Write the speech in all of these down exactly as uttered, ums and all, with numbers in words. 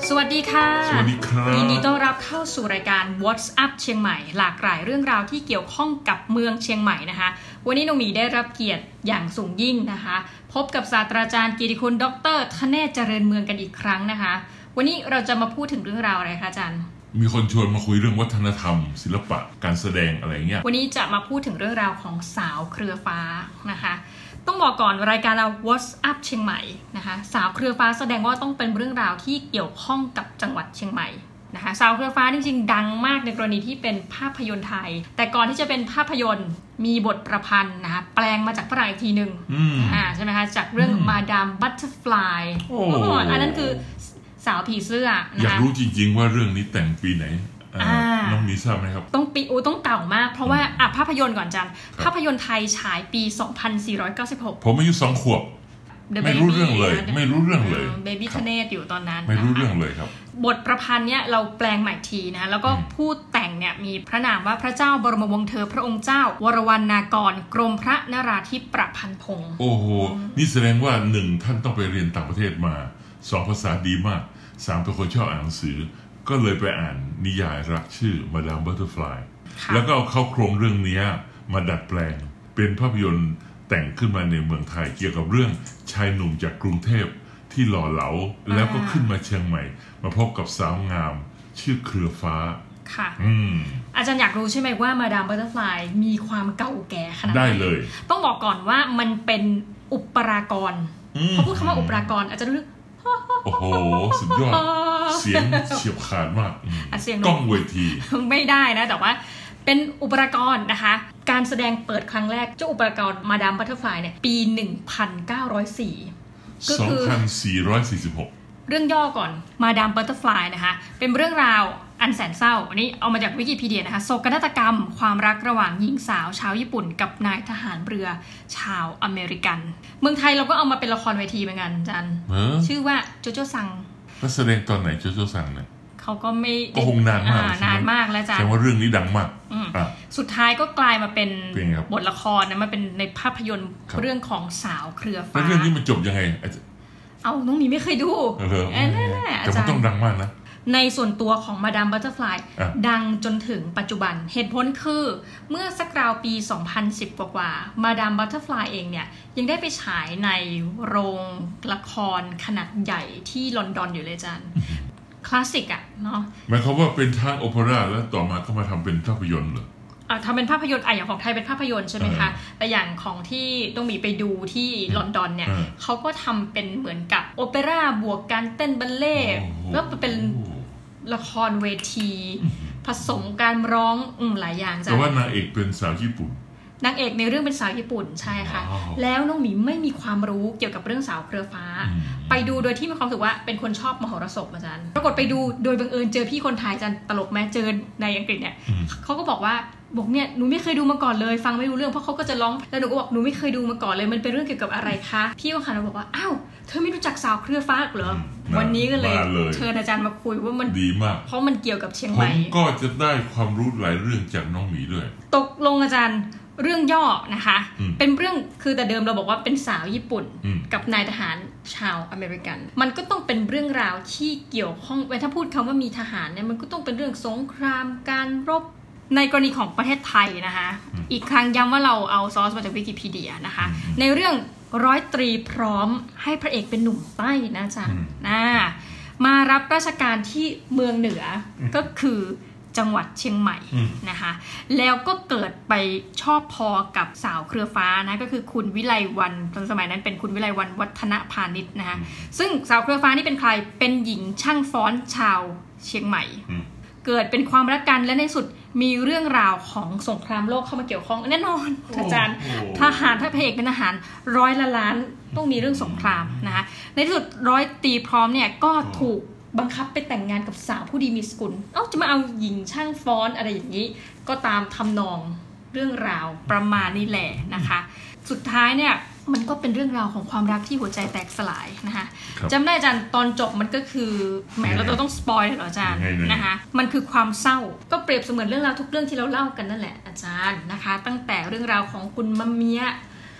สวัสดีค่ะสวัสดีครับยินดีต้อนรับเข้าสู่รายการ What's Up เชียงใหม่หลากหลายเรื่องราวที่เกี่ยวข้องกับเมืองเชียงใหม่นะคะวันนี้น้องหมีได้รับเกียรติอย่างสูงยิ่งนะคะพบกับศาสตราจารย์เกียรติคุณดร.ธเนศเจริญเมืองกันอีกครั้งนะคะวันนี้เราจะมาพูดถึงเรื่องราวอะไรคะอาจารย์มีคนชวนมาคุยเรื่องวัฒนธรรมศิลปะการแสดงอะไรเงี้ยวันนี้จะมาพูดถึงเรื่องราวของสาวเครือฟ้านะคะต้องบอกก่อนรายการเรา What's Up เชียงใหม่นะคะสาวเครือฟ้าแสดงว่าต้องเป็นเรื่องราวที่เกี่ยวข้องกับจังหวัดเชียงใหม่นะคะสาวเครือฟ้าจริงๆดังมากในกรณีที่เป็นภาพยนตร์ไทยแต่ก่อนที่จะเป็นภาพยนตร์มีบทประพันธ์นะคะแปลงมาจากฝรั่งอีกทีนึงอ่าใช่ไหมคะจากเรื่องมาดามบัตเตอร์ฟลายโอ้อันนั้นคือสาวผีเสื้อนะคะอยากรู้จริงๆว่าเรื่องนี้แต่งปีไหนน้องมีทราบไหมครับต้องปีอูต้องเก่ามากเพราะว่าอ่ะภาพยนตร์ก่อนจันภาพยนตร์ไทยฉายปีสองพันสี่ร้อยเก้าสิบหกผมอายุสองขวบไม่รู้เรื่องเลยไม่รู้เรื่องเลยเบบี้ธเนศอยู่ตอนนั้นไม่รู้เรื่องเลยครับบทประพันธ์เนี่ยเราแปลงใหม่ทีนะแล้วก็ผู้แต่งเนี่ยมีพระนามว่าพระเจ้าบรมวงศ์เธอพระองค์เจ้าวรวรรณากรกรมพระนราธิปประพันธ์พงศ์โอ้โหนี่แสดงว่าหนึ่งท่านต้องไปเรียนต่างประเทศมาสองภาษาดีมากสามเป็นคนชอบอ่านหนังสือก็เลยไปอ่านนิยายรักชื่อมาดามบัตเตอร์ฟลายแล้วก็เอาเข้าโครงเรื่องนี้มาดัดแปลงเป็นภาพยนตร์แต่งขึ้นมาในเมืองไทยเกี่ยวกับเรื่องชายหนุ่มจากกรุงเทพที่หล่อเหลาแล้วก็ขึ้นมาเชียงใหม่มาพบกับสาวงามชื่อเครือฟ้าค่ะอืมอาจารย์อยากรู้ใช่ไหมว่ามาดามบัตเตอร์ฟลายมีความเก่าแก่ขนาดไหนได้เลยต้องบอกก่อนว่ามันเป็นอุปรากรพอพูดคำว่าอุปรากรอาจจะรู้โอ้โหสุดยอดเสียงเฉียบขาดมากกล้องเวทีไม่ได้นะแต่ว่าเป็นอุปกรณ์นะคะการแสดงเปิดครั้งแรกเจ้าอุปกรณ์มาดามบัตเตอร์ฟลายเนี่ยปีหนึ่งพันเก้าร้อยสี่ก็คือ สองพันสี่ร้อยสี่สิบหกเรื่องย่อก่อนมาดามบัตเตอร์ฟลายนะคะเป็นเรื่องราวอันแสนเศร้าอันนี้เอามาจากวิกิพีเดียนะคะโศกนาฏกรรมความรักระหว่างหญิงสาวชาวญี่ปุ่นกับนายทหารเรือชาวอเมริกันเมืองไทยเราก็เอามาเป็นละครเวทีเหมือนกันจันชื่อว่าโจโจซังแล้วแสดงตอนไหนโจโจซังเนี่ยเขาก็ไม่ก็คงนานมากนานมากแล้วจ้ะแต่ว่าเรื่องนี้ดังมากสุดท้ายก็กลายมาเป็นบทละครนะมาเป็นในภาพยนตร์เรื่องของสาวเครือฟ้าแล้วเรื่องนี้มันจบยังไงเอาน้องมีไม่เคยดูแต่มันต้องดังมากนะในส่วนตัวของมาดามบัตเตอร์ฟลายดังจนถึงปัจจุบันเหตุผลคือเมื่อสักราวปีสองพันสิบกว่าๆมาดามบัตเตอร์ฟลายเองเนี่ยยังได้ไปฉายในโรงละครขนาดใหญ่ที่ลอนดอนอยู่เลยจันคลาสสิกอ่ะเนาะหมายความว่าเป็นทางโอเปร่าแล้วต่อมาก็มาทำเป็นภาพยนตร์เหรออ่ะทำเป็นภาพยนตร์อ่ะอย่างของไทยเป็นภาพยนตร์ใช่ไหมคะแต่อย่างของที่ต้องมีไปดูที่ลอนดอนเนี่ยเขาก็ทำเป็นเหมือนกับโอเปร่าบวกการเต้นบัลเล่ต์แล้วเป็นละครเวทีผสมการร้องอืมหลายอย่างจ้ะแต่ว่านางเอกเป็นสาวญี่ปุ่นนางเอกในเรื่องเป็นสาวญี่ปุ่นใช่ค่ะแล้วน้องหมีไม่มีความรู้เกี่ยวกับเรื่องสาวเครือฟ้าไปดูโดยที่มีความรู้สึกว่าเป็นคนชอบมโหรสพอาจารย์ปรากฏไปดูโดยบังเอิญเจอพี่คนไทยอาจารย์ตลกแม้เจอในอังกฤษเนี่ยเขาก็บอกว่าบอกเนี่ยหนูไม่เคยดูมาก่อนเลยฟังไม่รู้เรื่องเพราะเขาก็จะร้องแล้วหนูก็บอกหนูไม่เคยดูมาก่อนเลยมันเป็นเรื่องเกี่ยวกับอะไรคะพี่ก็หันมาบอกว่าอ้าวเธอไม่รู้จักสาวเครือฟ้าเหรอวันนี้ก็เลยเชิญอาจารย์มาคุยว่ามันดีมากเพราะมันเกี่ยวกับเชียงใหม่ผมก็จะได้ความรู้หลายเรื่องจากน้องหมีด้วยตกลงอาจารย์เรื่องย่อนะคะเป็นเรื่องคือแต่เดิมเราบอกว่าเป็นสาวญี่ปุ่นกับนายทหารชาวอเมริกันมันก็ต้องเป็นเรื่องราวที่เกี่ยวข้องถ้าพูดคำว่ามีทหารเนี่ยมันก็ต้องเป็นเรื่องสงครามการรบในกรณีของประเทศไทยนะคะอีกครั้งย้ำว่าเราเอาซอสมาจากวิกิพีเดียนะคะในเรื่องร้อยตรีพร้อมให้พระเอกเป็นหนุ่มใต้นะจ๊ะนะมารับราชการที่เมืองเหนือก็คือจังหวัดเชียงใหม่นะคะแล้วก็เกิดไปชอบพอกับสาวเครือฟ้านะก็คือคุณวิไลวรรณตอนสมัยนั้นเป็นคุณวิไลวรรณวัฒนพาณิชย์นะคะซึ่งสาวเครือฟ้านี่เป็นใครเป็นหญิงช่างฟ้อนชาวเชียงใหม่เกิดเป็นความรักกันและในสุดมีเรื่องราวของสงครามโลกเข้ามาเกี่ยวข้องแน่นอนอาจารย์ทหารถ้าพระเอกเป็นทหารร้อยละล้านต้องมีเรื่องสงครามนะคะในที่สุดร้อยตีพร้อมเนี่ยก็ถูกบังคับไปแต่งงานกับสาวผู้ดีมีสกุลเอ้าจะมาเอาหญิงช่างฟ้อนอะไรอย่างนี้ก็ตามทำนองเรื่องราวประมาณนี้แหละนะคะสุดท้ายเนี่ยมันก็เป็นเรื่องราวของความรักที่หัวใจแตกสลายนะคะจำได้อาจารย์ตอนจบมันก็คือแหมเราต้องสปอยเลยเหรออาจารย์นะคะมันคือความเศร้าก็เปรียบเสมือนเรื่องราวทุกเรื่องที่เราเล่ากันนั่นแหละอาจารย์นะคะตั้งแต่เรื่องราวของคุณมะเมีย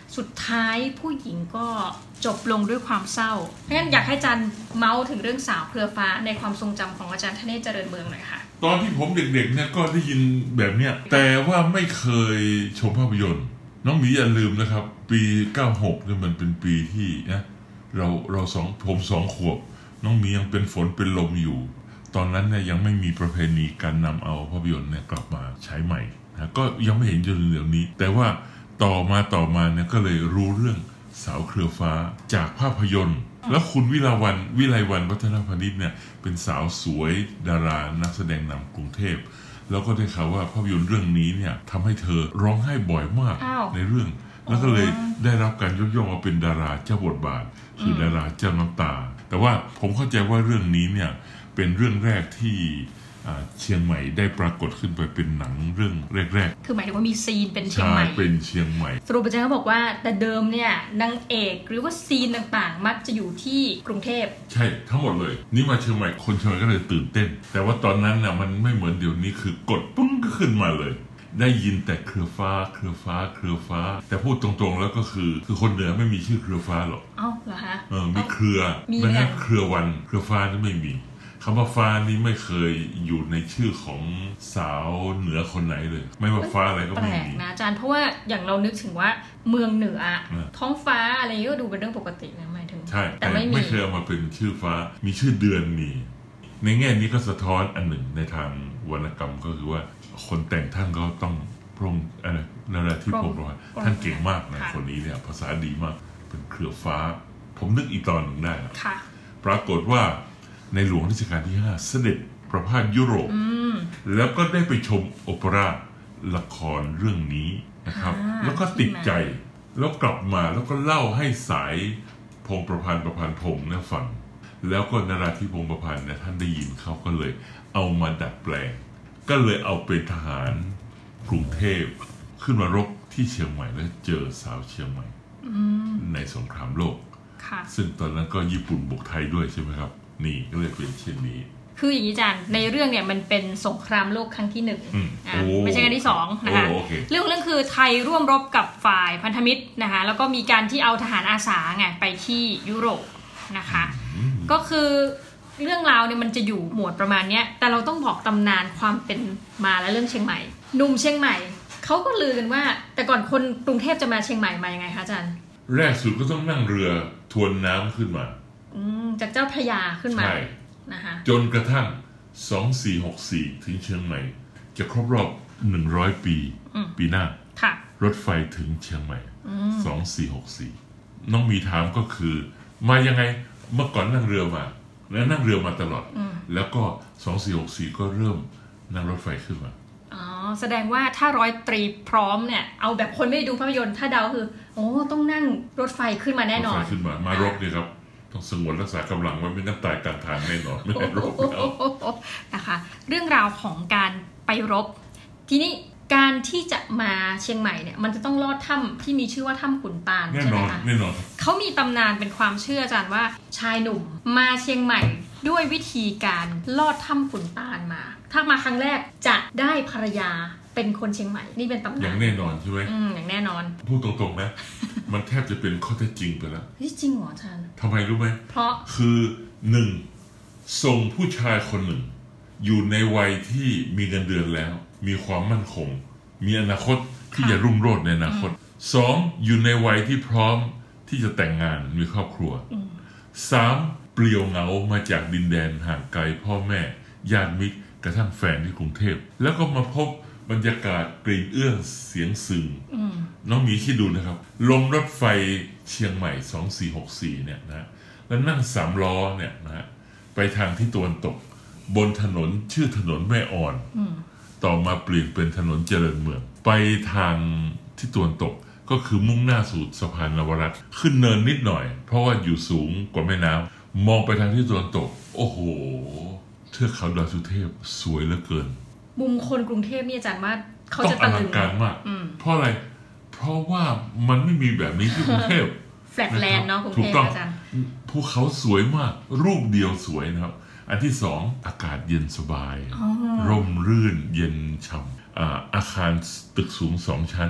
สุดท้ายผู้หญิงก็จบลงด้วยความเศร้างั้นอยากให้อาจารย์เมาส์ถึงเรื่องสาวเครือฟ้าในความทรงจำของอาจารย์ธเนศเจริญเมืองหน่อยค่ะตอนที่ผมเด็กๆเนี่ยก็ได้ยินแบบเนี้ยแต่ว่าไม่เคยชมภาพยนตร์น้องหมีอย่าลืมนะครับปีเก้าสิบหกเนี่ยมันเป็นปีที่นะเราเราสองผมสองขวบน้องหมียังเป็นฝนเป็นลมอยู่ตอนนั้นเนี่ยยังไม่มีประเพณีการนำเอาภาพยนตร์เนี่ยกลับมาใช้ใหม่นะก็ยังไม่เห็นจนเดี๋ยวนี้แต่ว่าต่อมาต่อมาเนี่ยก็เลยรู้เรื่องสาวเครือฟ้าจากภาพยนตร์แล้วคุณวิลาวันวิไลวรรณวัฒนพนิชเนี่ยเป็นสาวสวยดารานักแสดงนำกรุงเทพแล้วก็ได้ข่าวว่าภาพยนตร์เรื่องนี้เนี่ยทำให้เธอร้องไห้บ่อยมากในเรื่องแล้วก็เลยได้รับการยกย่องว่าเป็นดาราเจ้าบทบาทคือดาราเจ้าน้ำตาแต่ว่าผมเข้าใจว่าเรื่องนี้เนี่ยเป็นเรื่องแรกที่เชียงใหม่ได้ปรากฏขึ้นไปเป็นหนังเรื่องแรกๆคือหมายถึงว่ามีซีนเป็นเชียงใหม่เป็นเชียงใหม่สรุปอาจารย์เขาบอกว่าแต่เดิมเนี่ยนางเอกหรือว่าซีนต่างๆมักจะอยู่ที่กรุงเทพใช่ทั้งหมดเลยนี่มาเชียงใหม่คนเชียงใหม่ก็เลยตื่นเต้นแต่ว่าตอนนั้นน่ะมันไม่เหมือนเดี๋ยวนี้คือกดปุ้งก็ขึ้นมาเลยได้ยินแต่เครือฟ้าเครือฟ้าเครือฟ้าแต่พูดตรงๆแล้วก็คือคือคนเหนือไม่มีชื่อเครือฟ้าหรอกอ้าวเหรอฮะเออมีเครือไม่งั้นเครือวันเครือฟ้านี่ไม่มีคำว่าฟ้านี้ไม่เคยอยู่ในชื่อของสาวเหนือคนไหนเลยไม่ว่าฟ้าอะไรก็ไม่มีแปลกนะอาจารย์เพราะว่าอย่างเรานึกถึงว่าเมืองเหนือท้องฟ้าอะไรก็ดูเป็นเรื่องปกตินะหมายถึงใช่แต่ไม่เคยเอามาเป็นชื่อฟ้ามีชื่อเดือนมีในแง่นี้ก็สะท้อนอันหนึ่งในทางวรรณกรรมก็คือว่าคนแต่งท่านก็ต้องพระองค์อะไรนั่นแหละที่ผมบอกว่าท่านเก่งมากนะคนนี้เนี่ยภาษาดีมากเป็นเครือฟ้าผมนึกอีกตอนหนึ่งได้ปรากฏว่าในหลวงรัชกาลที่ห้าเสด็จประพาสยุโรปแล้วก็ได้ไปชมโอเปร่าละครเรื่องนี้นะครับแล้วก็ติดใจแล้วกลับมาแล้วก็เล่าให้สายพงประพันธ์ประพันธ์พงษ์เนี่ยฟังแล้วก็นราธิปพงศ์ประพันธ์เนี่ยท่านได้ยินเขาก็เลยเอามาดัดแปลงก็เลยเอาเป็นทหารกรุงเทพขึ้นมารบที่เชียงใหม่แล้วเจอสาวเชียงใหม่ในสงครามโลกซึ่งตอนนั้นก็ญี่ปุ่นบุกไทยด้วยใช่ไหมครับนี่ก็เลยเป็นเช่นนี้คืออย่างนี้อาจารย์ในเรื่องเนี่ยมันเป็นสงครามโลกครั้งที่หนึ่งไม่ใช่ครั้งที่สองนะคะเรื่องเรื่องคือไทยร่วมรบกับฝ่ายพันธมิตรนะคะแล้วก็มีการที่เอาทหารอาสาไงไปที่ยุโรปนะคะก็คือเรื่องราวเนี่ยมันจะอยู่หมวดประมาณนี้แต่เราต้องบอกตำนานความเป็นมาและเรื่องเชียงใหม่หนุ่มเชียงใหม่เขาก็ลือกันว่าแต่ก่อนคนกรุงเทพจะมาเชียงใหม่มายังไงคะอาจารย์แรกสุดก็ต้องนั่งเรือทวนน้ำขึ้นมาจากเจ้าพระยาขึ้นมานะคะจนกระทั่งสองพันสี่ร้อยหกสิบสี่ถึงเชียงใหม่จะครบรอบหนึ่งร้อยปีปีหน้ารถไฟถึงเชียงใหม่สองพันสี่ร้อยหกสิบสี่น้องมีถามก็คือมายังไงเมื่อก่อนนั่งเรือมาแล้วนั่งเรือมาตลอดแล้วก็สองพันสี่ร้อยหกสิบสี่ก็เริ่มนั่งรถไฟขึ้นมาอ๋อแสดงว่าถ้าร้อยตรีพร้อมเนี่ยเอาแบบคนไม่ดูภาพยนตร์ถ้าเดาคือโอ้ต้องนั่งรถไฟขึ้นมาแน่นอนรถไฟขึ้นมามารบเนี่ยครับต้องสงวนรักษากำลังไว้ไม่งั้นตายกลางทางแน่นอนไม่ได้รบแล้วนะคะเรื่องราวของการไปรบทีนี้การที่จะมาเชียงใหม่เนี่ยมันจะต้องลอดถ้ำที่มีชื่อว่าถ้ำขุนตาลใช่ไหมคะแน่นอนเขามีตำนานเป็นความเชื่ออาจารย์ว่าชายหนุ่มมาเชียงใหม่ด้วยวิธีการลอดถ้ำขุนตาลมาถ้ามาครั้งแรกจะได้ภรรยาเป็นคนเชียงใหม่นี่เป็นตำนานอย่างแน่นอนใช่ไหมอืมอย่างแน่นอนพูดตรงๆนะมันแทบจะเป็นข้อเท็จจริงไปแล้วจริงเหรออาจารย์ทำไมรู้ไหมเพราะคือหนึ่งส่งผู้ชายคนหนึ่งอยู่ในวัยที่มีเงินเดือนแล้วมีความมั่นคงมีอนาคตที่จะรุ่งโรจน์ในอนาคตสองอยู่ในวัยที่พร้อมที่จะแต่งงานมีครอบครัวสามเปลี่ยวเหงามาจากดินแดนห่างไกลพ่อแม่ญาติมิตรกระทั่งแฟนที่กรุงเทพแล้วก็มาพบบรรยากาศกลิ่นเอื้องเสียงซึงน้องมีคิดดูนะครับลงรถไฟเชียงใหม่สองพันสี่ร้อยหกสิบสี่เนี่ยนะแล้วนั่งสามล้อเนี่ยนะไปทางที่ตะวันตกบนถนนชื่อถนนแม่อ่อนต่อมาเปลี่ยนเป็นถนนเจริญเมืองไปทางที่ตะวันตกก็คือมุ่งหน้าสู่สะพานนวรัตน์ขึ้นเนินนิดหน่อยเพราะว่าอยู่สูงกว่าแม่น้ำมองไปทางที่ตะวันตกโอ้โหเทือกเขาดอยสุเทพสวยเหลือเกินมุมคนกรุงเทพนี่อาจารย์ว่าเขาจะตะลึงการมากเพราะอะไรเพราะว่ามันไม่มีแบบนี้ที่กรุงเทพแฟลตแลนด์เนาะกรุงเทพอาจารย์ภูเขาสวยมากรูปเดียวสวยนะครับอันที่สองอากาศเย็นสบายร่มรื่นเย็นฉ่ำอาคารตึกสูงสองชั้น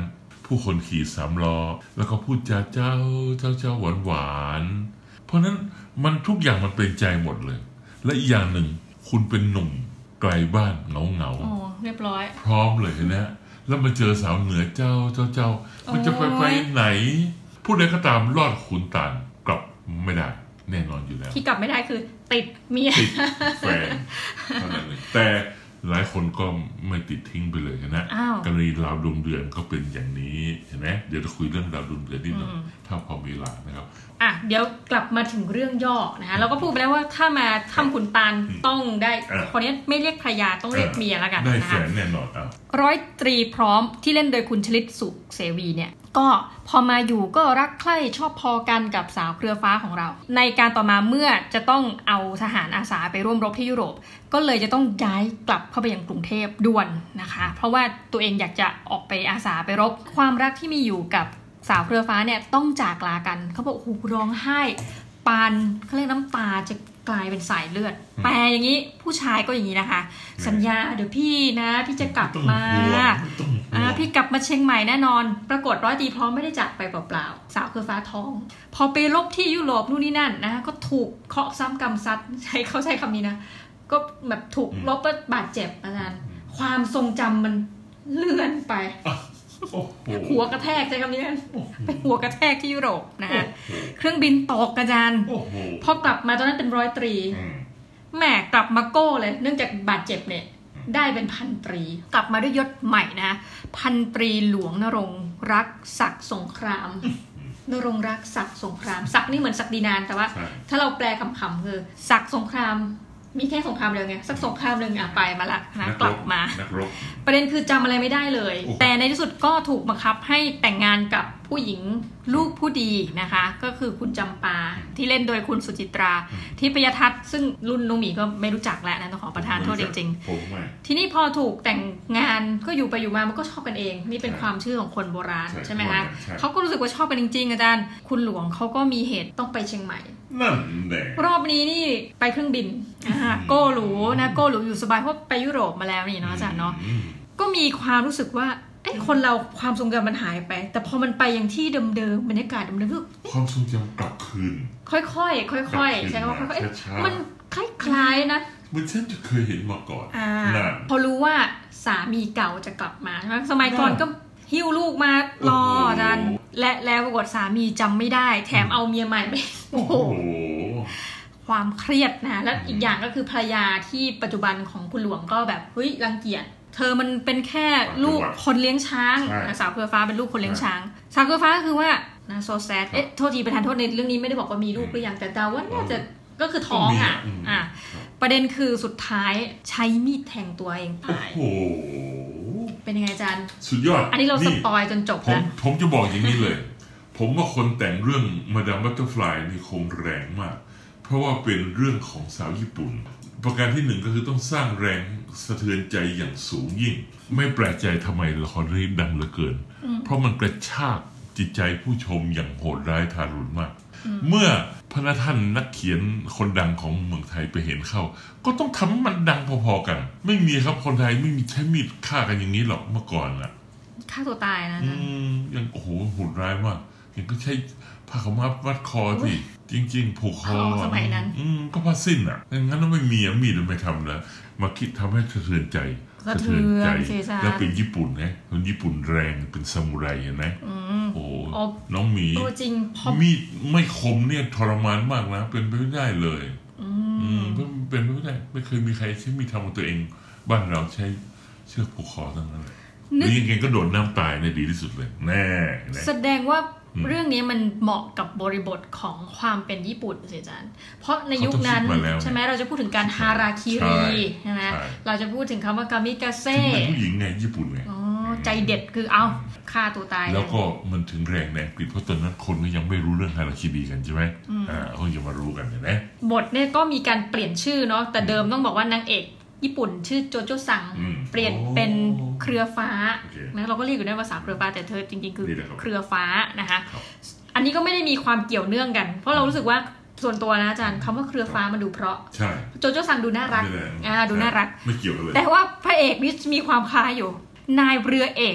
ผู้คนขี่สามล้อแล้วก็พูดจาเจ้าเจ้าเจ้าหวานหวานเพราะนั้นมันทุกอย่างมันเป็นใจหมดเลยและอีกอย่างหนึ่งคุณเป็นหนุ่มไกลบ้านเหงาเหงาอ๋อเรียบร้อยพร้อมเลยนะแล้วมาเจอสาวเหนือเจ้าเจ้าเจ้ามันจะไปไปไหนผู้ใดก็ตามรอดขุนตาลกลับไม่ได้แน่นอนอยู่แล้วที่กลับไม่ได้คือติดเมียติดแฟนเท่านั้นเลยแต่หลายคนก็ไม่ติดทิ้งไปเลยนะกรณีดาวดวงเดือนก็เป็นอย่างนี้เห็นไหมเดี๋ยวจะคุยเรื่องดาวดวงเดือนนิดหน่อยถ้าพอมีเวลานะครับอ่ะเดี๋ยวกลับมาถึงเรื่องย่อนะคะเราก็พูดไปแล้วว่าถ้ามาทำขุนตาลต้องได้คนนี้ไม่เรียกภรรยาต้องเรียกเมียแล้วกันได้แฟนแน่นอนร้อยตรีพร้อมที่เล่นโดยคุณชลิตสุเสวีเนี่ยก็พอมาอยู่ก็รักใคร่ชอบพอกันกับสาวเครือฟ้าของเราในการต่อมาเมื่อจะต้องเอาทหารอาสาไปร่วมรบที่ยุโรปก็เลยจะต้องย้ายกลับเข้าไปยังกรุงเทพด่วนนะคะเพราะว่าตัวเองอยากจะออกไปอาสาไปรบความรักที่มีอยู่กับสาวเครือฟ้าเนี่ยต้องจากลากันเขาบอกโอ้โหร้องไห้ปานเขาเรียกน้ำตาจะกลายเป็นสายเลือดแปลอย่างนี้ผู้ชายก็อย่างนี้นะคะสัญญาเดี๋ยวพี่นะพี่จะกลับมาอ่าพี่กลับมาเชียงใหม่แน่นอนปรากฏร้อยตรีพร้อมไม่ได้จากไปเปล่าๆสาวเครือฟ้าท้องพอไปรบที่ยุโรปนู่นนี่นั่นนะก็ถูกเคาะซ้ำกำซัดใช้เขาใช้คำนี้นะก็แบบถูกรบบาดเจ็บอาจารย์ความทรงจำมันเลื่อนไปหัวกระแทกใช้คำนี้นะไปหัวกระแทกที่ยุโรปนะฮะเครื่องบินตกอาจารย์พอกลับมาตอนนั้นเป็นร้อยตรีแหมกลับมาโก้เลยเนื่องจากบาดเจ็บเนี่ยได้เป็นพันตรีกลับมาด้วยยศใหม่นะพันตรีหลวงนรงค์รักศักดิ์สงครามนรงค์รักศักดิ์สงครามศักดิ์นี่เหมือนศักดินานแต่ว่าถ้าเราแปลคำๆคือศักดิ์สงครามมีแค่สงครามเดียวไงสักสงครามหนึ่งอ่ะไปมาละนะกลับมาประเด็นคือจำอะไรไม่ได้เลยแต่ในที่สุดก็ถูกบังคับให้แต่งงานกับผู้หญิงลูกผู้ดีนะคะก็คือคุณจำปาที่เล่นโดยคุณสุจิตราที่ปยทัศน์ซึ่งรุ่นน้องหมีก็ไม่รู้จักแล้วนะต้องขอประทานโทษจริงๆทีนี้พอถูกแต่งงานก็อยู่ไปอยู่มามันก็ชอบกันเองนี่เป็นความเชื่อของคนโบราณใช่ไหมคะเขาก็รู้สึกว่าชอบกันจริงๆอาจารย์คุณหลวงเขาก็มีเหตุต้องไปเชียงใหม่นั่นแหละรอบนี้นี่ไปเครื่องบินโก้หรูนะโก้หรูอยู่สบายเพราะไปยุโรปมาแล้วนี่เนาะอาจารย์เนาะก็มีความรู้สึกว่าไอ้คนเราความทรงจำมันหายไปแต่พอมันไปอย่างที่เดิมๆบรรยากาศเดิมๆคือความทรงจำกลับคืนค่อยๆค่อยๆใช่ไหมว่าค่อยๆมันคล้ายๆนะมันฉันจะเคยเห็นมาก่อนนะพอรู้ว่าสามีเก่าจะกลับมาใช่ไหมสมัยก่อนก็หิ้วลูกมารออาจารย์และแล้วปรากฏสามีจำไม่ได้แถมเอาเมียใหม่ไปโอ้โหความเครียดนะและอีกอย่างก็คือภรรยาที่ปัจจุบันของคุณหลวงก็แบบเฮ้ยรังเกียจเธอมันเป็นแค่ลูกคนเลี้ยงช้างสาวเครือฟ้าเป็นลูกคนเลี้ยงช้างสาวเครือฟ้าก็คือว่านะโซแซดเอ๊ะโทษทีประธานโทษในเรื่องนี้ไม่ได้บอกว่ามีลูกหรือยังแต่เดาว่าน่าจะก็คือท้องอ่ะอ่ะประเด็นคือสุดท้ายใช้มีดแทงตัวเองตายโอ้โหเป็นยังไงอาจารย์สุดยอดอันนี้เราสปอยจนจบแล้วผมจะบอกอย่างนี้เลยผมว่าคนแต่งเรื่องมาดามบัตเตอร์ฟลายนี่คงแรงมากเพราะว่าเป็นเรื่องของสาวญี่ปุ่นประการที่หนึ่งก็คือต้องสร้างแรงสะเทือนใจอย่างสูงยิ่งไม่แปลกใจทำไมละครเรื่องดังเหลือเกินเพราะมันกระชากจิตใจผู้ชมอย่างโหดร้ายทารุณมากเมื่อพระท่านนักเขียนคนดังของเมืองไทยไปเห็นเข้าก็ต้องทำให้มันดังพอๆกันไม่มีครับคนไทยไม่มีใช้มีดฆ่ากันอย่างนี้หรอกเมื่อก่อนน่ะฆ่าตัวตายนะอืมยังโอ้โหโหดร้ายมากยังก็ใช้ผ้าขาวม้ามัดคอสิจริงๆผูกคอสมัยนั้นอืมก็ผ้าสิ้นอ่ะงั้นไม่มีมีดไม่ทำแล้วมาคิดทำให้สะเทือนใจสะเทือนใจแล้วเป็นญี่ปุ่นไงคนญี่ปุ่นแรงเป็นซามูไรเห็นไหมโอ้น้องหมีมีดไม่คมเนี่ยทรมานมากนะเป็นไปไม่ได้เลยอืมเป็นไปไม่ได้ไม่เคยมีใครใช้มีดทำกับตัวเองบ้านเราใช้เชือกผูกคอทั้งนั้นเลยนี่ยังไงก็โดนน้ำตายในดีที่สุดเลยแน่แสดงว่าเรื่องนี้มันเหมาะกับบริบทของความเป็นญี่ปุ่นสิอาจารย์เพราะในยุคนั้นใช่ไหมเราจะพูดถึงการฮาราคิริใช่ไหมเราจะพูดถึงคำว่ากามิกาเซ่เป็นผู้หญิงไงญี่ปุ่นไงใจเด็ดคือเอาฆ่าตัวตายแล้วก็มันถึงแรงในอังกฤษเพราะตอนนั้นคนก็ยังไม่รู้เรื่องฮาราคิริกันใช่ไหมอ่าเขาจะมารู้กันนะบทเนี่ยก็มีการเปลี่ยนชื่อเนาะแต่เดิมต้องบอกว่านางเอกญี่ปุ่นชื่อโจโจซังเปลี่ยนเป็นเครือฟ้านะเราก็เรียกอยู่ในภาษาเครือฟ้าแต่เธอจริงๆคือเครือฟ้านะคะอันนี้ก็ไม่ได้มีความเกี่ยวเนื่องกันเพราะเรารู้สึกว่าส่วนตัวนะอาจารย์คำว่าเครือฟ้ามันดูเพราะใช่โจโจซังดูน่ารักอ่าดูน่ารักไม่เกี่ยวกันเลยแต่ว่าพระเอกนี่มีความคล้ายอยู่นายเรือเอก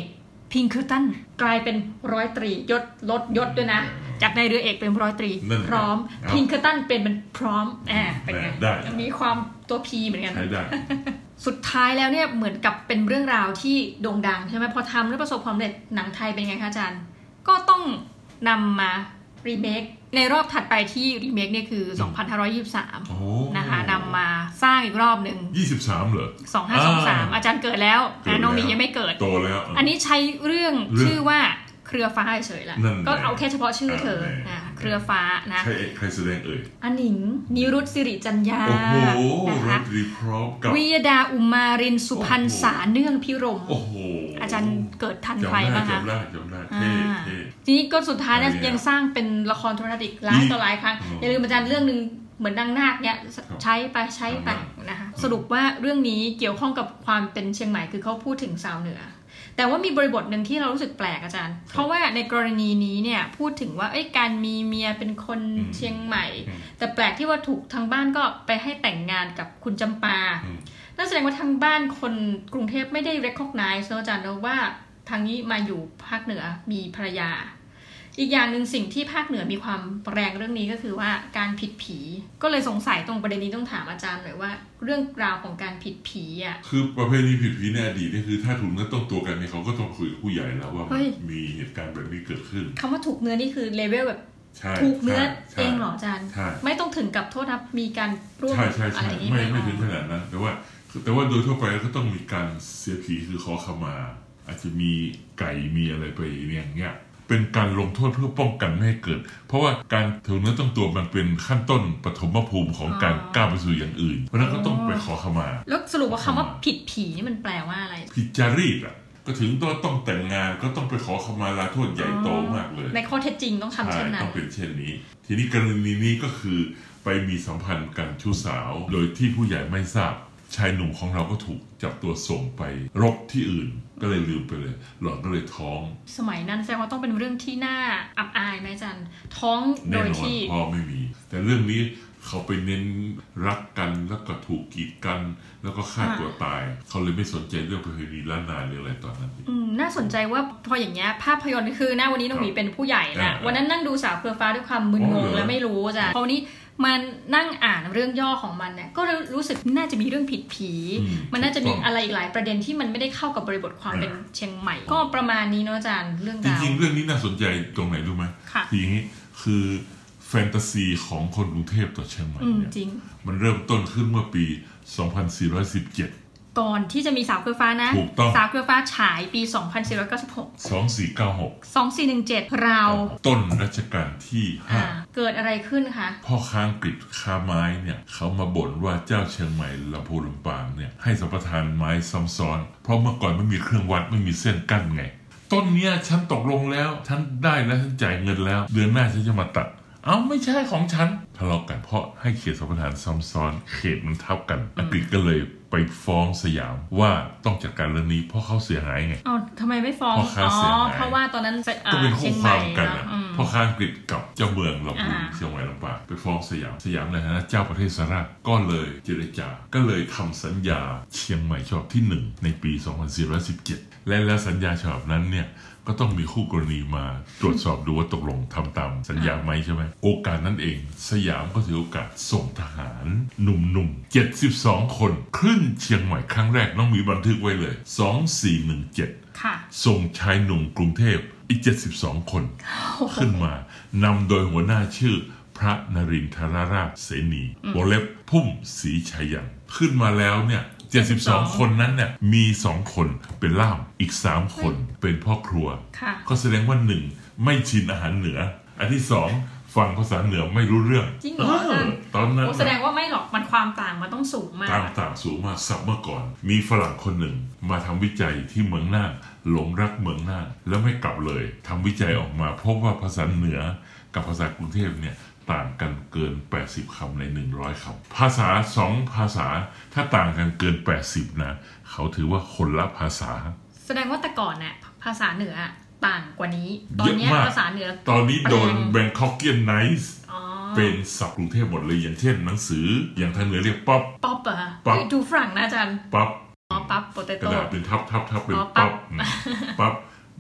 พิงเคิลตันกลายเป็นร้อยตรียศลดยศด้วยนะจากนายเรือเอกเป็นร้อยตรีพร้อมพิงเคิลตันเป็นมันพร้อมแอบเป็นไงมีความตัวพีเหมือนกันสุดท้ายแล้วเนี่ยเหมือนกับเป็นเรื่องราวที่โด่งดังใช่ไหมพอทำแล้วประสบความสำเร็จหนังไทยเป็นไงคะอาจารย์ก็ต้องนำมารีเมคในรอบถัดไปที่รีเมคเนี่ยคือสองพันห้าร้อยยี่สิบสามนะคะนำมาสร้างอีกรอบหนึ่งยี่สิบสามเหรอสองพันห้าร้อยยี่สิบสามอาจารย์เกิดแล้วน้องมียังไม่เกิดโตแล้วอันนี้ใช้เรื่องชื่อว่าเครือฟ้าเฉยๆละก็เอาแค่เฉพาะชื่อเธอเครือฟ้านะใครใครแสดงเอ่ยอันหนิงนิรุตสิริจัญญานะคะวิยดาอุมารินสุพรรณษาเนื่องพิรมอาจารย์เกิดทันใครบ้างคะจำได้จำได้เท่ทีนี้ก็สุดท้ายนะยังสร้างเป็นละครโทรทัศน์อีกหลายต่อหลายครั้งอย่าลืมอาจารย์เรื่องนึงเหมือนดังนาคเนี่ยใช้ไปใช้ไปนะคะสรุปว่าเรื่องนี้เกี่ยวข้องกับความเป็นเชียงใหม่คือเขาพูดถึงชาวเหนือแต่ว่ามีบริบทหนึ่งที่เรารู้สึกแปลกอาจารย์เพราะว่าในกรณีนี้เนี่ยพูดถึงว่าเอ้ยการมีเมียเป็นคนเชียงใหม่แต่แปลกที่ว่าถูกทางบ้านก็ไปให้แต่งงานกับคุณจำปานั่นแสดงว่าทางบ้านคนกรุงเทพไม่ได้ recognize นะอาจารย์นะว่าทางนี้มาอยู่ภาคเหนือมีภรรยาอีกอย่างหนึ่งสิ่งที่ภาคเหนือมีความแรงเรื่องนี้ก็คือว่าการผิดผีก็เลยสงสัยตรงประเด็นนี้ต้องถามอาจารย์หน่อยว่าเรื่องราวของการผิดผีอ่ะคือประเภทนี้ผิดผีในอดีตนี่คือถ้าถูกเนื้อต้องตัวกันเนี่ยเขาก็ต้องคุยกับผู้ใหญ่แล้วว่ามีเหตุการณ์แบบนี้เกิดขึ้นคำว่าถูกเนื้อนี่คือเลเวลแบบถูกเนื้อเองเหรออาจารย์ไม่ต้องถึงกับโทษนะมีการร่วมอะไรอย่างนี้ไม่ไม่ถึงขนาดนั้นแต่ว่าแต่ว่าโดยทั่วไปก็ต้องมีการเสียผีคือขอขมาอาจจะมีไก่มีอะไรไปอย่างเงี้ยเป็นการลงโทษเพื่อป้องกันไม่ให้เกิดเพราะว่าการถูกเนื้อต้องตัวมันเป็นขั้นต้นปฐมภูมิของการก้าวไปสู่อย่างอื่นเพราะนั้นก็ต้องไปขอขมาแล้วสรุปว่าคำว่าผิดผีนี่มันแปลว่าอะไรผิดจารีตอ่ะก็ถึงตัวต้องแต่งงานก็ต้องไปขอขมาลาโทษใหญ่โตมากเลยในข้อเท็จจริงต้องทำเช่นนั้นต้องเป็นเช่นนี้ทีนี้กรณีนี้ก็คือไปมีสัมพันธ์กันชู้สาวโดยที่ผู้ใหญ่ไม่ทราบชายหนุ่มของเราก็ถูกจับตัวส่งไปรบที่อื่นก็เลยลืมไปเลยหล่อนก็เลยท้องสมัยนั้นแสดงว่าต้องเป็นเรื่องที่น่าอับอายไหมจันท้องโดยที่พ่อไม่มีแต่เรื่องนี้เขาไปเน้นรักกันแล้วก็ถูกกีดกันแล้วก็ฆ่าตัวตายเขาเลยไม่สนใจเรื่องประเพณีล้านนาหรืออะไรตอนนั้นอืมน่าสนใจว่าพออย่างเงี้ยภาพยนตร์คือหน้าวันนี้น้องหมีเป็นผู้ใหญ่นะวันนั้นนั่งดูสาวเครือฟ้าด้วยความมึนงงและไม่รู้จ้ะพอวันนี้มันนั่งอ่านเรื่องย่อของมันเนี่ยก็รู้สึกน่าจะมีเรื่องผิดผีมันน่าจะมีอะไรอีกหลายประเด็นที่มันไม่ได้เข้ากับบริบทความเป็นเชียงใหม่ก็ประมาณนี้เนาะอาจารย์เรื่องราวจริงๆเรื่องนี้น่าสนใจตรงไหนรู้ไหมทีนี้คือแฟนตาซีของคนกรุงเทพต่อเชียงใหม่เนี่ยมันเริ่มต้นขึ้นเมื่อปีสองพันสี่ร้อยสิบเจ็ดก่อนที่จะมีสาวเครือฟ้านะสาวเครือฟ้าฉายปีสองพันสี่ร้อยเก้าสิบหกสองพันสี่ร้อยเก้าสิบหกสองพันสี่ร้อยสิบเจ็ดราวต้นรัชกาลที่ห้าเกิดอะไรขึ้นคะพ่อค้าอังกฤษค้าไม้เนี่ยเขามาบ่นว่าเจ้าเชียงใหม่ลำพูนลำปางเนี่ยให้สัมปทานไม้ซ้ำซ้อนเพราะเมื่อก่อนไม่มีเครื่องวัดไม่มีเส้นกั้นไงต้นเนี้ยฉันตกลงแล้วฉันได้แล้วฉันจ่ายเงินแล้วเดือนหน้าฉันจะมาตัดเอ้าไม่ใช่ของฉันทะเลาะกันเพราะให้เขตสัมปทานซ้ำซ้อนเขตมันทับกันอังกฤษก็เลยไปฟ้องสยามว่าต้องจัดการเรื่องนี้เพราะเขาเสียหายไงอ๋อทำไมไม่ฟ้องอ๋อเพราะว่าตอนนั้นก็เป็นคู่ความกันนะเพราะข้าอังกฤษกับเจ้าเมืองลำพูนเชียงใหม่ลำปางไปฟ้องสยามสยามในฐานะเจ้าประเทศสหราชก็เลยเจรจาก็เลยทำสัญญาเชียงใหม่ฉบับที่หนึ่งในปีสองพันสี่ร้อยสิบเจ็ดและแล้วสัญญาฉบับนั้นเนี่ยก็ต้องมีคู่กรณีมาตรวจสอบดูว่าตกลงทำตามสัญญาไหมใช่ไหมโอกาสนั้นเองสยามก็ถือโอกาสส่งทหารหนุ่มๆเจ็ดสิบสองคนขึ้นเชียงใหม่ครั้งแรกน้องมีบันทึกไว้เลยสองพันสี่ร้อยสิบเจ็ดค่ะส่งชายหนุ่มกรุงเทพอีกเจ็ดสิบสองคนขึ้นมานำโดยหัวหน้าชื่อพระนรินทรราชเสนีวงเล็บพุ่มศรีชัยยันขึ้นมาแล้วเนี่ยเจ็ดสิบสองคนนั้นเนี่ยมีสองคนเป็นล่ามอีกสามคนเป็นพ่อครัวก็แสดงว่าหนึ่งไม่ชินอาหารเหนืออันที่สองฟังภาษาเหนือไม่รู้เรื่องจริงเหรอตอนนั้นแสดงว่าไม่หรอกมันความต่างมันต้องสูงมากต่างต่างสูงมากสับเมื่อก่อนมีฝรั่งคนหนึ่งมาทำวิจัยที่เมืองน่านหลงรักเมืองน่านแล้วไม่กลับเลยทำวิจัยออกมาพบว่าภาษาเหนือกับภาษากรุงเทพเนี่ยต่างกันเกินแปดสิบคำในหนึ่งร้อยคำภาษาสองภาษาถ้าต่างกันเกินแปดสิบนะเขาถือว่าคนละภาษาแสดงว่าแต่ก่อนเนี่ยภาษาเหนือต่างกว่านี้ตอนนี้ภาษาเหนือตอนนี้โดน Bangkokianize เป็นศัพท์กรุงเทพหมดเลยอย่างเช่นหนังสืออย่างทางเหนือเรียกป๊อปป๊อปอะดูฝรั่งนะอาจารย์ป๊อปอ๋อป๊อปโปเตโต้กระดาษเป็นทับทับทับเป็นป๊อปป๊อป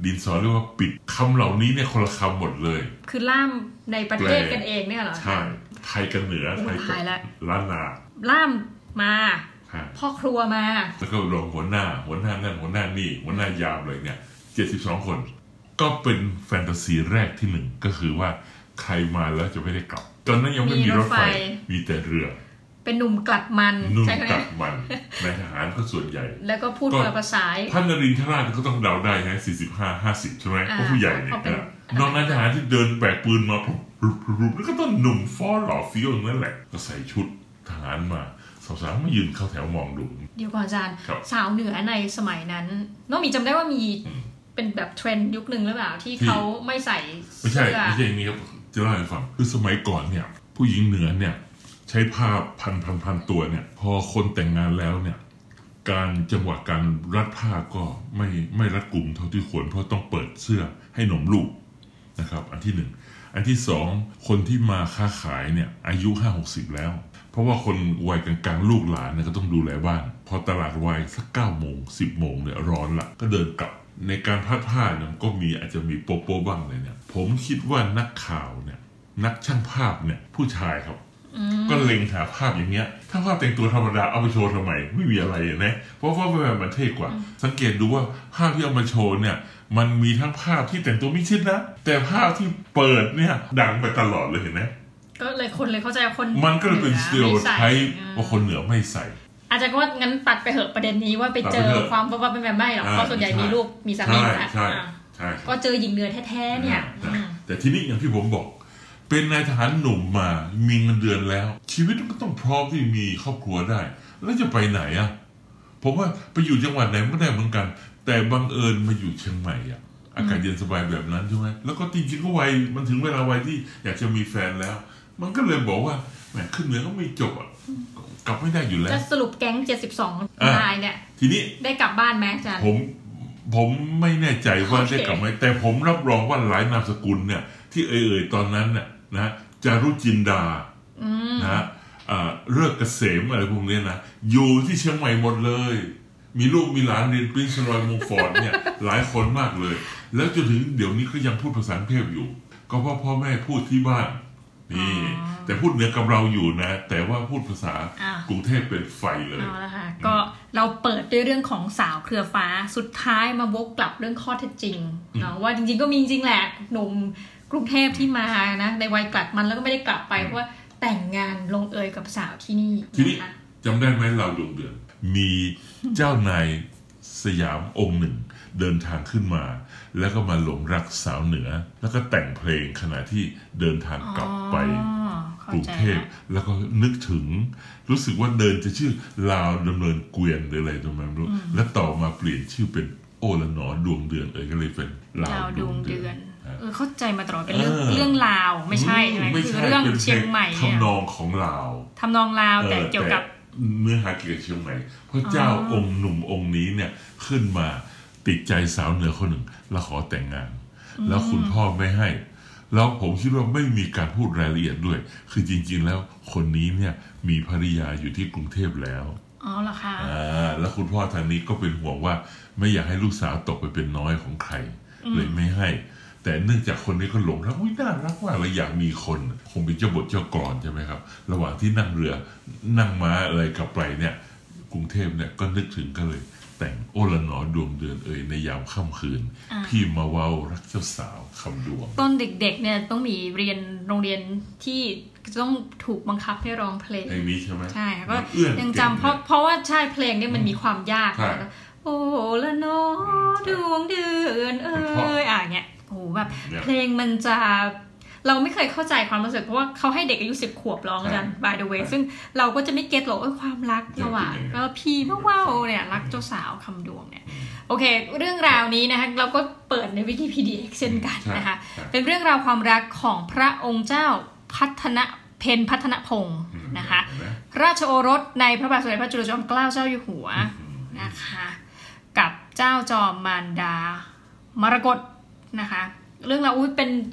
ดินสอเรียกว่าปิดคำเหล่านี้เนี่ยคนละคำหมดเลยคือล่ามในประเทศกันเองเนี่ยเหรอใช่ไทยกันเหนือไทยกับล้านนาล่ามมาพ่อครัวมาแล้วก็รองหัวหน้าหัวหน้านั่นหัวหน้านี่หัวหน้ายามเลยเนี่ยเจ็ดสิบสองคนก็เป็นแฟนตาซีแรกที่หนึ่งก็คือว่าใครมาแล้วจะไม่ได้กลับตอนนั้นยังไม่มีรถไฟมีแต่เรือเป็นหนุ่มกลัดมันหนุ่มกลัดมันในทหารก็ส่วนใหญ่แล้วก็พูดภาษาพระนรินทราชก็ต้องเดาได้ฮะสี่สิบห้า ห้าสิบใช่ไหมเพราะผู้ใหญ่เนี่ยนอกนั้นทหารที่เดินแบกปืนมาปุ๊บแล้วก็ต้องหนุ่มฟ้อหล่อเฟี้ยวนั่นแหละก็ใส่ชุดทหารมาสาวๆมายืนเข้าแถวมองดูเดี๋ยวก่อนอาจารย์สาวเหนือในสมัยนั้นน้องมีจำได้ว่ามีเป็นแบบเทรนด์ยุคนึงหรือเปล่าที่เขาไม่ใส่ไม่ใช่ไม่ใช่อย่างนี้ครับจะเล่าให้ฟังคือสมัยก่อนเนี่ยผู้หญิงเหนือเนี่ยใช้ผ้าพันพันพันตัวเนี่ยพอคนแต่งงานแล้วเนี่ยการจังหวะการรัดผ้าก็ไม่ไม่รัดกุมเท่าที่ควรเพราะต้องเปิดเสื้อให้หนมลูกนะครับอันที่หนึ่งอันที่สองคนที่มาค้าขายเนี่ยอายุห้าหกสิบแล้วเพราะว่าคนวัยกลางๆลูกหลานเนี่ยก็ต้องดูแลบ้านพอตลาดวายสักเก้าโมงสิบโมงเนี่ยร้อนละก็เดินกลับในการพัดผ้าเนี่ยก็มีอาจจะมีโปโปบ้างเลยเนี่ยผมคิดว่านักข่าวเนี่ยนักช่างภาพเนี่ยผู้ชายครับก็เล็งหาภาพอย่างเงี้ยถ้าภาพแต่งตัวธรรมดาเอาไปโชว์ทำไมไม่มีอะไรนะเพราะว่าแบบมันเท่กว่าสังเกตดูว่าภาพที่เอามาโชว์เนี่ยมันมีทั้งภาพที่แต่งตัวไม่ชิดนะแต่ภาพที่เปิดเนี่ยดังไปตลอดเลยเห็นไหมก็เลยคนเลยเข้าใจคนมันก็เลยเป็นสเตอริโอไทป์ว่าคนเหนือไม่ใส่อาจจะว่างั้นตัดไปเหอะประเด็นนี้ว่าไปเจอความว่าเป็นแบบไม่หรอกเพราะส่วนใหญ่มีลูกมีสามีแล้วก็เจอหญิงเหนือแท้ๆเนี่ยแต่ทีนี้อย่างที่ผมบอกเป็นนายทหารหนุ่มมามีเงินเดือนแล้วชีวิตก็ต้องพร้อมที่มีครอบครัวได้แล้วจะไปไหนอ่ะผมว่าไปอยู่จังหวัดไหนก็ได้เหมือนกันแต่บังเอิญมาอยู่เชียงใหม่อ่ะอากาศเย็นสบายแบบนั้นใช่ไหมแล้วก็จริงๆก็วัยมันถึงเวลาวัยที่อยากจะมีแฟนแล้วมันก็เลยบอกว่าแหมขึ้นเหนือก็ไม่จบอ่ะกลับไม่ได้อยู่แล้วจะสรุปแก๊งเจ็ดสิบสองนายเนี่ยทีนี้ได้กลับบ้านไหมอาจารย์ผมผมไม่แน่ใจว่าได้กลับไหมแต่ผมรับรองว่าหลายนามสกุลเนี่ยที่เอ่ยๆตอนนั้นน่ะนะจารุจินดานะเลิกเกษมอะไรพวกนี้นะอยู่ที่เชียงใหม่หมดเลยมีลูกมีหลานเรียนปรินซ์รอยมงฟอร์ดเนี่ยหลายคนมากเลยแล้วจนถึงเดี๋ยวนี้ก็ยังพูดภาษาเทพอยู่ก็เพราะพ่อแม่พูดที่บ้านนี่แต่พูดเหนือกับเราอยู่นะแต่ว่าพูดภาษากรุงเทพเป็นไฟเลยเอาละค่ะก็เราเปิดด้วยเรื่องของสาวเครือฟ้าสุดท้ายมาวกกลับเรื่องข้อเท็จจริงเนาะว่าจริงๆก็มีจริงแหละหนุ่มกรุงเทพที่มานะในวัยกลัดมันแล้วก็ไม่ได้กลับไปเพราะว่าแต่งงานลงเอยกับสาวที่นี่ทีนี้จำได้ไหมเราดวงเดือนมีเจ้านายสยามองค์หนึ่งเดินทางขึ้นมาแล้วก็มาหลงรักสาวเหนือแล้วก็แต่งเพลงขณะที่เดินทางกลับไปกรุงเทพแล้วก็นึกถึงรู้สึกว่าเดินจะชื่อลาวดำเนินเกวียนหรืออะไรตรงนั้นรู้แล้วต่อมาเปลี่ยนชื่อเป็นโอละหนอดวงเดือนเอ่ยก็เลยเป็นลาวดวงเดือนเออเข้าใจมาตลอดเป็นเรื่องเรื่องลาวไม่ใช่ใช่ไหมคือเรื่องเชียงใหม่ทำนองของลาวทำนองลาวแต่เกี่ยวกับเนื้อหาเกี่ยวกับเชียงใหม่พระเจ้าองค์หนุ่มองค์นี้เนี่ยขึ้นมาติดใจสาวเหนือคนหนึ่งแล้วขอแต่งงานแล้วคุณพ่อไม่ให้แล้วผมคิดว่าไม่มีการพูดรายละเอียดด้วยคือจริงๆแล้วคนนี้เนี่ยมีภริยาอยู่ที่กรุงเทพแล้วอ๋อเหรอคะอ่าแล้วคุณพ่อทางนี้ก็เป็นห่วงว่าไม่อยากให้ลูกสาวตกไปเป็นน้อยของใครเลยไม่ให้แต่เนื่องจากคนนี้ก็หลงรักอุ้ยน่ารักว่าเราอยากมีคนคงเป็นเจ้าบทเจ้ากลอนใช่ไหมครับระหว่างที่นั่งเรือนั่งม้าอะไรกลับไปเนี่ยกรุงเทพเนี่ยก็นึกถึงก็เลยแต่งโอละหนอดวงเดือนเอ่ยในยามค่ำคืนพี่มาเว้ารักเจ้าสาวคำดวงตอนเด็กๆเนี่ยต้องมีเรียนโรงเรียนที่ต้องถูกบังคับให้ร้องเพลงในนี้ใช่ไหมใช่ก็ยังจำเพราะเพราะว่าใช่เพลงเนี่ยมันมีความยากโอละหนอดวงเดือนเอ่ยอ่ะเนี่ยโอ้โหแบบเพลงมันจะเราไม่เคยเข้าใจความรู้สึกเพราะว่าเขาให้เด็กอายุสิบขวบร้องกัน by the way ซึ่งเราก็จะไม่เก็ตหรอกว่าความรักระหว่างแล้วพี่เมื่อว่าวเนี่ยรักเจ้าสาวคำดวงเนี่ยโอเคเรื่องราวนี้นะคะเราก็เปิดในวิกิพีเดียเช่นกันนะคะเป็นเรื่องราวความรักของพระองค์เจ้าพัฒนเพ็ญพัฒนพงศ์นะคะราชโอรสในพระบาทสมเด็จพระจุลจอมเกล้าเจ้าอยู่หัวนะคะกับเจ้าจอมมารดามรกตนะคะเรื่องราวอุ้ยเป็น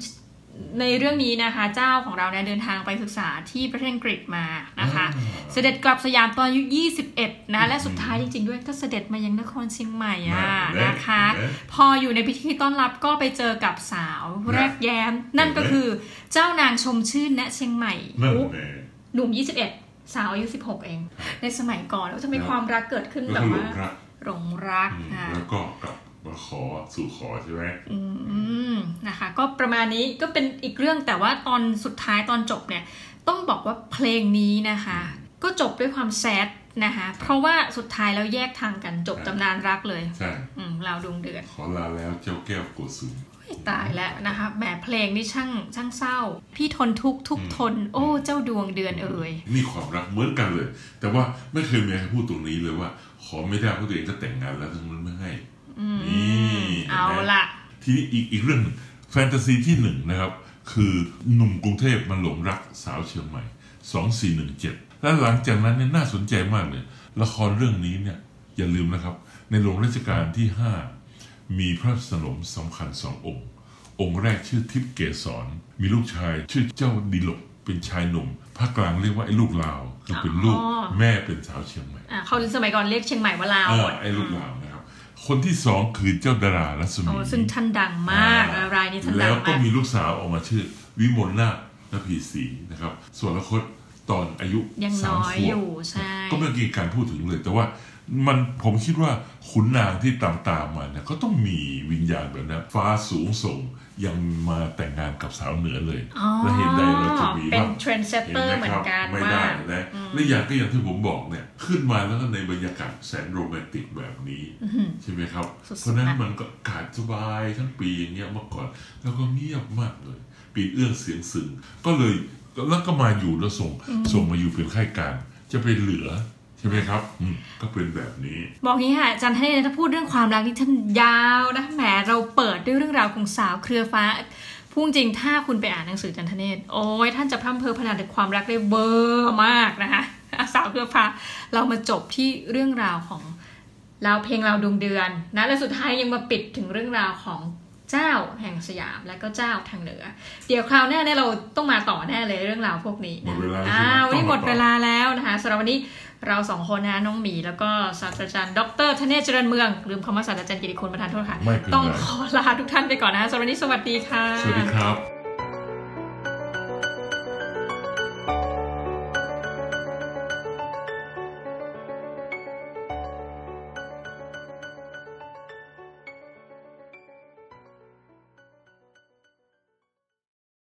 ในเรื่องนี้นะคะเจ้าของเราเนี่ยเดินทางไปศึกษาที่ประเทศอังกฤษมานะคะเสด็จกลับสยามตอนอายุยี่สิบเอ็ดนะและสุดท้ายจริงๆด้วยก็เสด็จมายังนครเชียงใหม่อ่ะนะคะพออยู่ในพิธีต้อนรับก็ไปเจอกับสาวแรกแย้มนั่นก็คือเจ้านางชมชื่นณเชียงใหม่หนุ่มยี่สิบเอ็ดสาวอายุสิบหกเองในสมัยก่อนแล้วจะมีความรักเกิดขึ้นแบบว่าหลงรักแล้วก็กับมาขอสู่ขอใช่ไหมอืมนะคะก็ประมาณนี้ก็เป็นอีกเรื่องแต่ว่าตอนสุดท้ายตอนจบเนี่ยต้องบอกว่าเพลงนี้นะคะก็จบด้วยความแซดนะคะเพราะว่าสุดท้ายแล้วแยกทางกันจบตำนานรักเลยใช่เราดวงเดือนขอลาแล้วเจ้าแก้วโกสุมตายแล้วนะคะแหมเพลงนี่ช่างช่างเศร้าพี่ทนทุกทุกทนโอ้เจ้าดวงเดือนเอ่ยมีความรักเหมือนกันเลยแต่ว่าไม่เคยมีใครพูดตรงนี้เลยว่าขอไม่ได้เพราะตัวเองก็แต่งงานแล้วทั้งนั้นไม่ให้นี่เอาละทีนี้อีกอีกเรื่องแฟนตาซีที่หนึ่งนะครับคือหนุ่มกรุงเทพมันหลงรักสาวเชียงใหม่สองสี่หนึ่งเจ็ดและหลังจากนั้นเนี่ยน่าสนใจมากเลยละครเรื่องนี้เนี่ยอย่าลืมนะครับในหลวงรัชกาลที่ห้ามีพระสนมสำคัญสององค์องค์แรกชื่อทิพย์เกษรมีลูกชายชื่อเจ้าดิลกเป็นชายหนุ่มภาคกลางเรียกว่าไอ้ลูกลาวคือเป็นลูกแม่เป็นสาวเชียงใหม่เขาสมัยก่อนเรียกเชียงใหม่ว่าลาวไอ้ลูกลาวนะครับคนที่สองคือเจ้าดารารัศมีซึ่งท่านดังมากรายนี้ท่านดังมากแล้วก็มีลูกสาวออกมาชื่อวิมลนาถนภีศรีนะครับส่วนละครตอนอายุสามขวบก็ไม่มีการพูดถึงเลยแต่ว่ามันผมคิดว่าขุนนางที่ตามตามมาเนี่ยก็ต้องมีวิญญาณแบบนั้นฟ้าสูงส่งยังมาแต่งงานกับสาวเหนือเลยและเห็นใดเราจะมีเป็นเทรนด์เซตเตอร์เหมือนกันไม่ได้นะและอย่างก็อย่างที่ผมบอกเนี่ยขึ้นมาแล้วก็ในบรรยากาศแสนโรแมนติกแบบนี้ใช่ไหมครับเพราะนั้นมันก็อากาศสบายทั้งปีอย่างเงี้ยเมื่อก่อนแล้วก็เงียบมากเลยปีเอื้องเสียงซึงก็เลยแล้วก็มาอยู่แล้วส่งส่งมาอยู่เป็นค่ายการจะไปเหลือใช่ไหมครับก็เป็นแบบนี้บอกงี้ค่ะอาจารย์ท่านเนี่ยถ้าพูดเรื่องความรักนี่ท่านยาวนะแหมเราเปิดด้วยเรื่องราวของสาวเครือฟ้าพูดจริงถ้าคุณไปอ่านหนังสืออาจารย์ท่านเนี่ยโอ้ยท่านจะพร่ำเพ้อพรรณนาถึงความรักได้เบอร์มากนะคะสาวเครือฟ้าเรามาจบที่เรื่องราวของเราเพลงเราดวงเดือนนะและสุดท้ายยังมาปิดถึงเรื่องราวของเจ้าแห่งสยามและก็เจ้าทางเหนือเดี๋ยวคราวหน้าเนี่ยเราต้องมาต่อแน่เลยเรื่องราวพวกนี้นะอ้าววันนี้หมดเวลาแล้วนะคะสำหรับวันนี้เราสองคนนะน้องหมีแล้วก็ศาสตราจารย์ดร.ธเนศ เจริญเมืองลืมคำว่าศาสตราจารย์กิติคุณประธานโทษค่ะต้องขอลาทุกท่านไปก่อนนะสำหรับวันนี้สวัสดีค่ะสวัสดีครับ